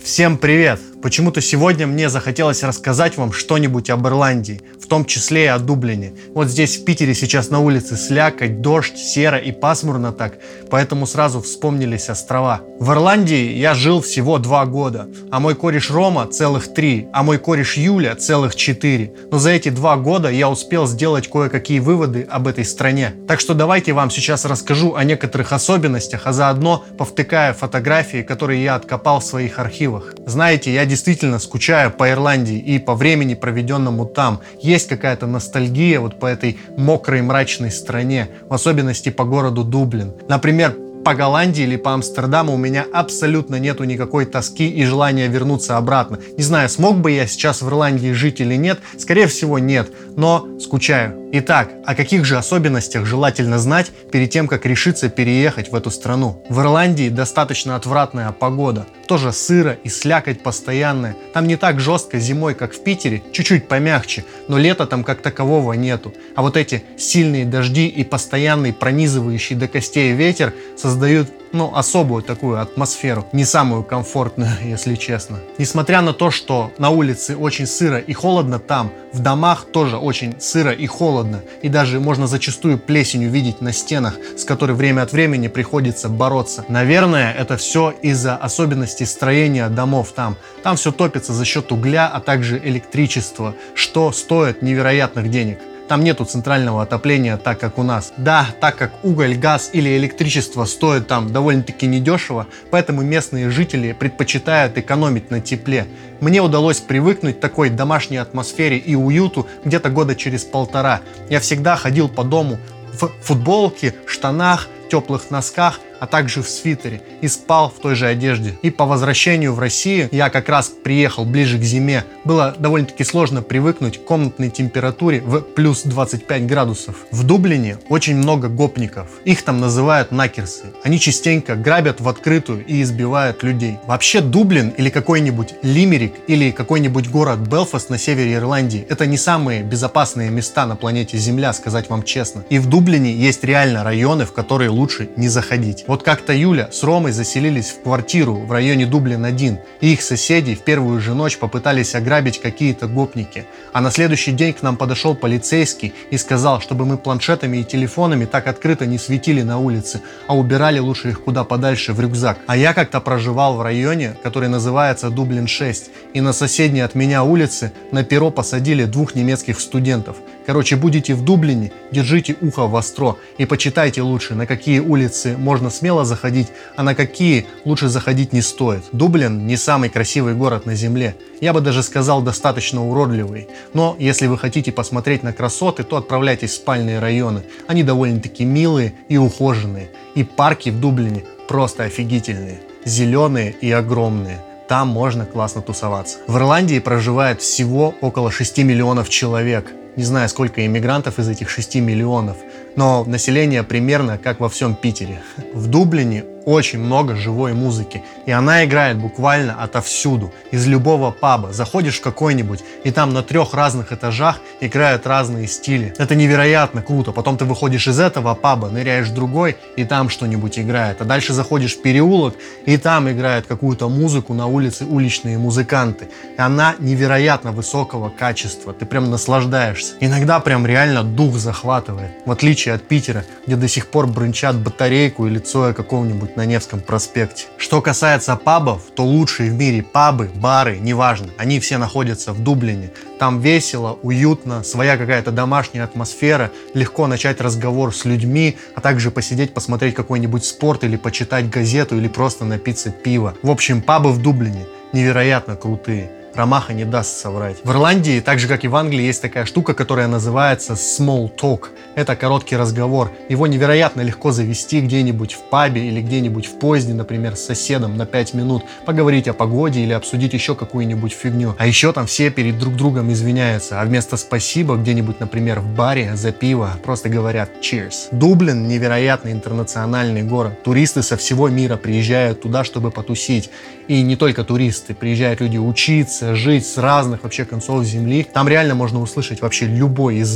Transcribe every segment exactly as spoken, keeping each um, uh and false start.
Всем привет! Почему-то сегодня мне захотелось рассказать вам что-нибудь об Ирландии, в том числе и о Дублине. Вот здесь в Питере сейчас на улице слякоть, дождь, серо и пасмурно так, поэтому сразу вспомнились острова. В Ирландии я жил всего два года, а мой кореш Рома целых три, а мой кореш Юля целых четыре. Но за эти два года я успел сделать кое-какие выводы об этой стране. Так что давайте вам сейчас расскажу о некоторых особенностях, а заодно повтыкаю фотографии, которые я откопал в своих архивах. Знаете, я действительно скучаю по Ирландии и по времени, проведенному там. Есть какая-то ностальгия вот по этой мокрой мрачной стране, в особенности по городу Дублин. Например, по Голландии или по Амстердаму у меня абсолютно нету никакой тоски и желания вернуться обратно. Не знаю, смог бы я сейчас в Ирландии жить или нет, скорее всего нет, но скучаю. Итак, о каких же особенностях желательно знать перед тем, как решиться переехать в эту страну? В Ирландии достаточно отвратная погода. Тоже сыро и слякоть постоянная. Там не так жестко зимой, как в Питере, чуть-чуть помягче, но лета там как такового нету. А вот эти сильные дожди и постоянный пронизывающий до костей ветер создают, ну, особую такую атмосферу, не самую комфортную, если честно. Несмотря на то, что на улице очень сыро и холодно, там в домах тоже очень сыро и холодно, и даже можно зачастую плесень увидеть на стенах, с которой время от времени приходится бороться. Наверное, это все из-за особенностей строения домов там. Там все топится за счет угля, а также электричества, что стоит невероятных денег. Там нету центрального отопления, так как у нас. Да, так как уголь, газ или электричество стоят там довольно-таки недешево, поэтому местные жители предпочитают экономить на тепле. Мне удалось привыкнуть к такой домашней атмосфере и уюту где-то года через полтора. Я всегда ходил по дому в футболке, штанах, теплых носках, а также в свитере, и спал в той же одежде. И по возвращению в Россию, я как раз приехал ближе к зиме, было довольно-таки сложно привыкнуть к комнатной температуре в плюс двадцать пять градусов. В Дублине очень много гопников, их там называют накерсы. Они частенько грабят в открытую и избивают людей. Вообще Дублин или какой-нибудь Лимерик или какой-нибудь город Белфаст на севере Ирландии — это не самые безопасные места на планете Земля, сказать вам честно. И в Дублине есть реально районы, в которые лучше не заходить. Вот как-то Юля с Ромой заселились в квартиру в районе Дублин один, и их соседи в первую же ночь попытались ограбить какие-то гопники. А на следующий день к нам подошел полицейский и сказал, чтобы мы планшетами и телефонами так открыто не светили на улице, а убирали лучше их куда подальше в рюкзак. А я как-то проживал в районе, который называется Дублин шесть, и на соседней от меня улице на перо посадили двух немецких студентов. Короче, будете в Дублине, держите ухо востро и почитайте лучше, на какие улицы можно смело заходить, а на какие лучше заходить не стоит. Дублин не самый красивый город на земле. Я бы даже сказал, достаточно уродливый. Но если вы хотите посмотреть на красоты, то отправляйтесь в спальные районы. Они довольно-таки милые и ухоженные. И парки в Дублине просто офигительные. Зеленые и огромные. Там можно классно тусоваться. В Ирландии проживает всего около шести миллионов человек. Не знаю, сколько иммигрантов из этих шести миллионов, но население примерно как во всем Питере. В Дублине очень много живой музыки, и она играет буквально отовсюду, из любого паба. Заходишь в какой-нибудь, и там на трех разных этажах играют разные стили. Это невероятно круто. Потом ты выходишь из этого паба, ныряешь в другой, и там что-нибудь играет. А дальше заходишь в переулок, и там играют какую-то музыку на улице уличные музыканты. И она невероятно высокого качества. Ты прям наслаждаешься. Иногда прям реально дух захватывает. В отличие от Питера, где до сих пор брынчат батарейку или цоя какого-нибудь на Невском проспекте. Что касается пабов, то лучшие в мире пабы, бары, неважно, они все находятся в Дублине. Там весело, уютно, своя какая-то домашняя атмосфера, легко начать разговор с людьми, а также посидеть, посмотреть какой-нибудь спорт или почитать газету или просто напиться пива. В общем, пабы в Дублине невероятно крутые. Ромаха не даст соврать. В Ирландии, так же как и в Англии, есть такая штука, которая называется small talk. Это короткий разговор. Его невероятно легко завести где-нибудь в пабе или где-нибудь в поезде, например, с соседом на пять минут, поговорить о погоде или обсудить еще какую-нибудь фигню. А еще там все перед друг другом извиняются, а вместо спасибо где-нибудь, например, в баре за пиво просто говорят cheers. Дублин невероятно интернациональный город. Туристы со всего мира приезжают туда, чтобы потусить. И не только туристы, приезжают люди учиться, жить с разных вообще концов земли. Там реально можно услышать вообще любой язык,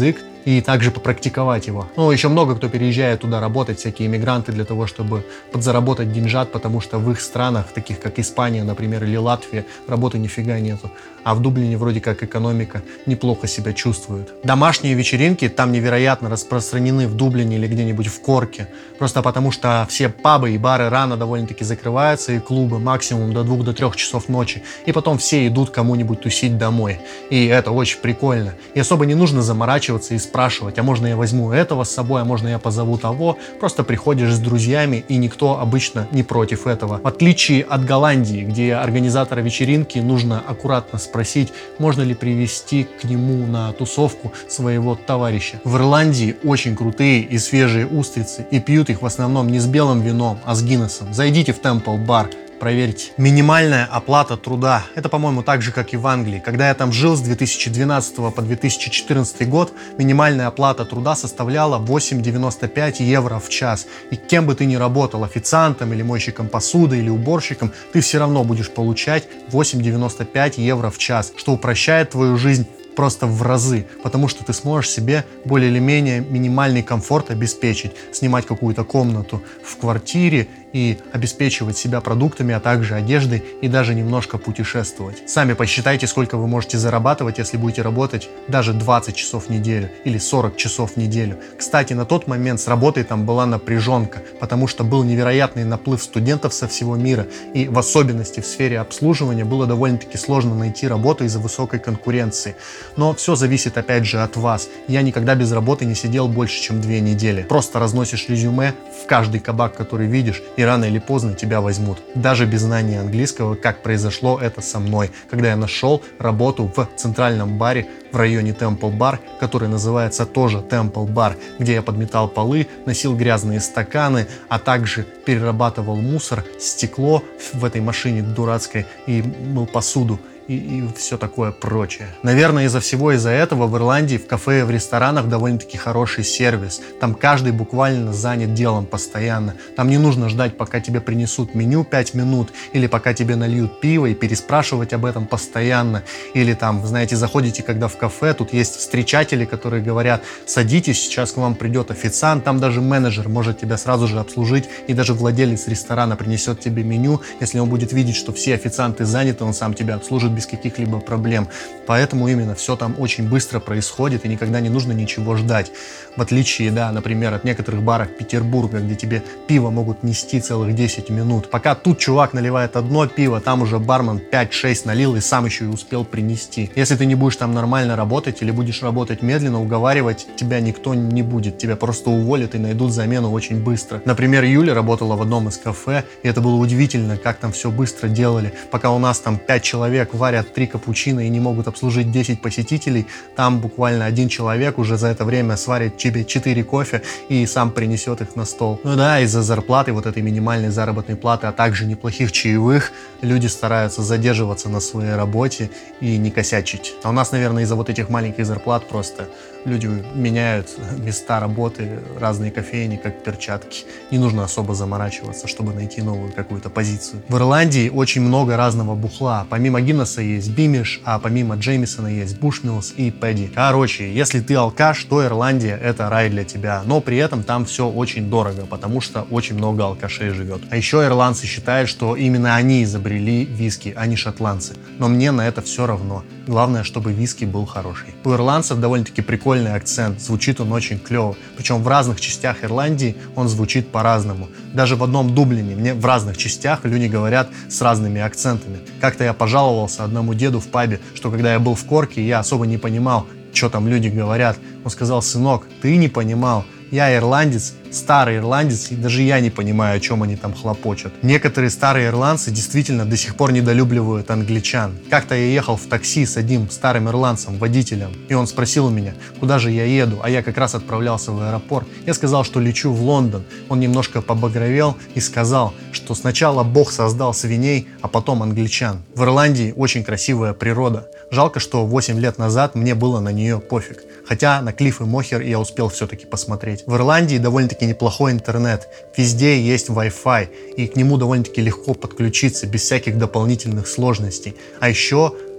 и также попрактиковать его. Ну, еще много кто переезжает туда работать, всякие иммигранты, для того, чтобы подзаработать деньжат, потому что в их странах, таких как Испания, например, или Латвия, работы нифига нету. А в Дублине вроде как экономика неплохо себя чувствует. Домашние вечеринки там невероятно распространены в Дублине или где-нибудь в Корке. Просто потому что все пабы и бары рано довольно-таки закрываются, и клубы максимум до двух до трех часов ночи. И потом все идут кому-нибудь тусить домой. И это очень прикольно. И особо не нужно заморачиваться и спрашивать, а можно я возьму этого с собой, а можно я позову того. Просто приходишь с друзьями, и никто обычно не против этого. В отличие от Голландии, где организатора вечеринки нужно аккуратно спросить, можно ли привести к нему на тусовку своего товарища. В Ирландии очень крутые и свежие устрицы, и пьют их в основном не с белым вином, а с Гиннесом. Зайдите в Temple Bar, проверьте. Минимальная оплата труда. Это, по-моему, так же, как и в Англии. Когда я там жил с две тысячи двенадцатого по две тысячи четырнадцатый год, минимальная оплата труда составляла восемь девяносто пять евро в час. И кем бы ты ни работал, официантом или мойщиком посуды или уборщиком, ты все равно будешь получать восемь девяносто пять евро в час, что упрощает твою жизнь просто в разы, потому что ты сможешь себе более или менее минимальный комфорт обеспечить, снимать какую-то комнату в квартире и обеспечивать себя продуктами, а также одеждой и даже немножко путешествовать. Сами посчитайте, сколько вы можете зарабатывать, если будете работать даже двадцать часов в неделю или сорок часов в неделю. Кстати, на тот момент с работой там была напряженка, потому что был невероятный наплыв студентов со всего мира, и в особенности в сфере обслуживания было довольно-таки сложно найти работу из-за высокой конкуренции. Но все зависит опять же от вас. Я никогда без работы не сидел больше, чем две недели. Просто разносишь резюме в каждый кабак, который видишь, и рано или поздно тебя возьмут. Даже без знания английского, как произошло это со мной, когда я нашел работу в центральном баре в районе Temple Bar, который называется тоже Temple Bar, где я подметал полы, носил грязные стаканы, а также перерабатывал мусор, стекло в этой машине дурацкой и мыл посуду. И, и все такое прочее. Наверное, из-за всего из-за этого в Ирландии в кафе и в ресторанах довольно-таки хороший сервис. Там каждый буквально занят делом постоянно. Там не нужно ждать, пока тебе принесут меню пять минут, или пока тебе нальют пиво и переспрашивать об этом постоянно. Или там, знаете, заходите когда в кафе, тут есть встречатели, которые говорят: садитесь, сейчас к вам придет официант. Там даже менеджер может тебя сразу же обслужить, и даже владелец ресторана принесет тебе меню. Если он будет видеть, что все официанты заняты, он сам тебя обслужит без каких-либо проблем. Поэтому именно все там очень быстро происходит, и никогда не нужно ничего ждать. В отличие, да, например, от некоторых баров Петербурга, где тебе пиво могут нести целых десять минут. Пока тут чувак наливает одно пиво, там уже бармен пять-шесть налил и сам еще и успел принести. Если ты не будешь там нормально работать или будешь работать медленно, уговаривать тебя никто не будет. Тебя просто уволят и найдут замену очень быстро. Например, Юля работала в одном из кафе, и это было удивительно, как там все быстро делали. Пока у нас там пять человек варят три капучино и не могут обслужить десять посетителей, там буквально один человек уже за это время сварит тебе четыре кофе и сам принесет их на стол. Ну да, из-за зарплаты, вот этой минимальной заработной платы, а также неплохих чаевых, люди стараются задерживаться на своей работе и не косячить. А у нас, наверное, из-за вот этих маленьких зарплат просто люди меняют места работы, разные кофейни, как перчатки. Не нужно особо заморачиваться, чтобы найти новую какую-то позицию. В Ирландии очень много разного бухла. Помимо Гиннесса есть Бимиш, а помимо Джеймисона есть Бушмиллс и Пэдди. Короче, если ты алкаш, то Ирландия — это рай для тебя. Но при этом там все очень дорого, потому что очень много алкашей живет. А еще ирландцы считают, что именно они изобрели виски, а не шотландцы. Но мне на это все равно. Главное, чтобы виски был хороший. У ирландцев довольно-таки прикольный акцент, звучит он очень клево. Причем в разных частях Ирландии он звучит по-разному. Даже в одном Дублине мне в разных частях люди говорят с разными акцентами. Как-то я пожаловался одному деду в пабе, что когда я был в Корке, я особо не понимал, что там люди говорят. Он сказал: сынок, ты не понимал. Я ирландец, старый ирландец, и даже я не понимаю, о чем они там хлопочут. Некоторые старые ирландцы действительно до сих пор недолюбливают англичан. Как-то я ехал в такси с одним старым ирландцем, водителем, и он спросил у меня, куда же я еду, а я как раз отправлялся в аэропорт. Я сказал, что лечу в Лондон. Он немножко побагровел и сказал, что сначала Бог создал свиней, а потом англичан. В Ирландии очень красивая природа. Жалко, что восемь лет назад мне было на нее пофиг. Хотя на Клифф и Мохер я успел все-таки посмотреть. В Ирландии довольно-таки неплохой интернет. Везде есть Wi-Fi, и к нему довольно-таки легко подключиться без всяких дополнительных сложностей. А еще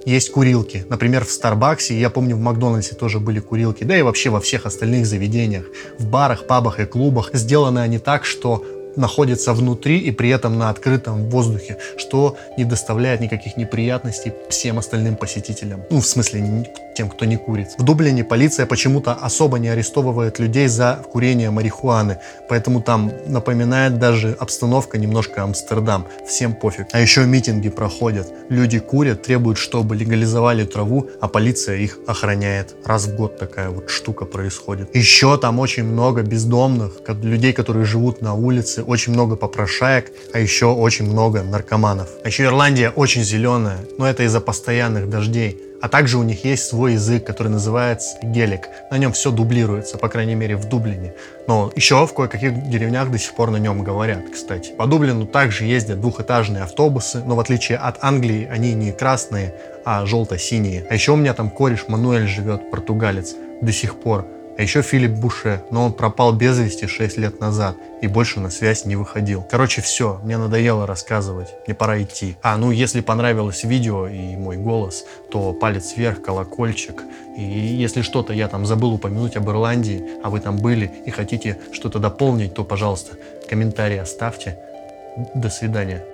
есть курилки. Например, в Старбаксе, я помню, в Макдональдсе тоже были курилки, да и вообще во всех остальных заведениях. В барах, пабах и клубах сделаны они так, что находится внутри и при этом на открытом воздухе, что не доставляет никаких неприятностей всем остальным посетителям. Ну, в смысле, тем, кто не курит. В Дублине полиция почему-то особо не арестовывает людей за курение марихуаны, поэтому там напоминает даже обстановка немножко Амстердам. Всем пофиг. А еще митинги проходят. Люди курят, требуют, чтобы легализовали траву, а полиция их охраняет. Раз в год такая вот штука происходит. Еще там очень много бездомных, людей, которые живут на улице, очень много попрошаек, а еще очень много наркоманов. А еще Ирландия очень зеленая, но это из-за постоянных дождей. А также у них есть свой язык, который называется гелик. На нем все дублируется, по крайней мере в Дублине. Но еще в кое-каких деревнях до сих пор на нем говорят, кстати. По Дублину также ездят двухэтажные автобусы, но в отличие от Англии они не красные, а желто-синие. А еще у меня там кореш Мануэль живет, португалец, до сих пор. А еще Филипп Буше, но он пропал без вести шесть лет назад и больше на связь не выходил. Короче, все, мне надоело рассказывать, мне пора идти. А, ну если понравилось видео и мой голос, то палец вверх, колокольчик. И если что-то я там забыл упомянуть об Ирландии, а вы там были и хотите что-то дополнить, то, пожалуйста, комментарии оставьте. До свидания.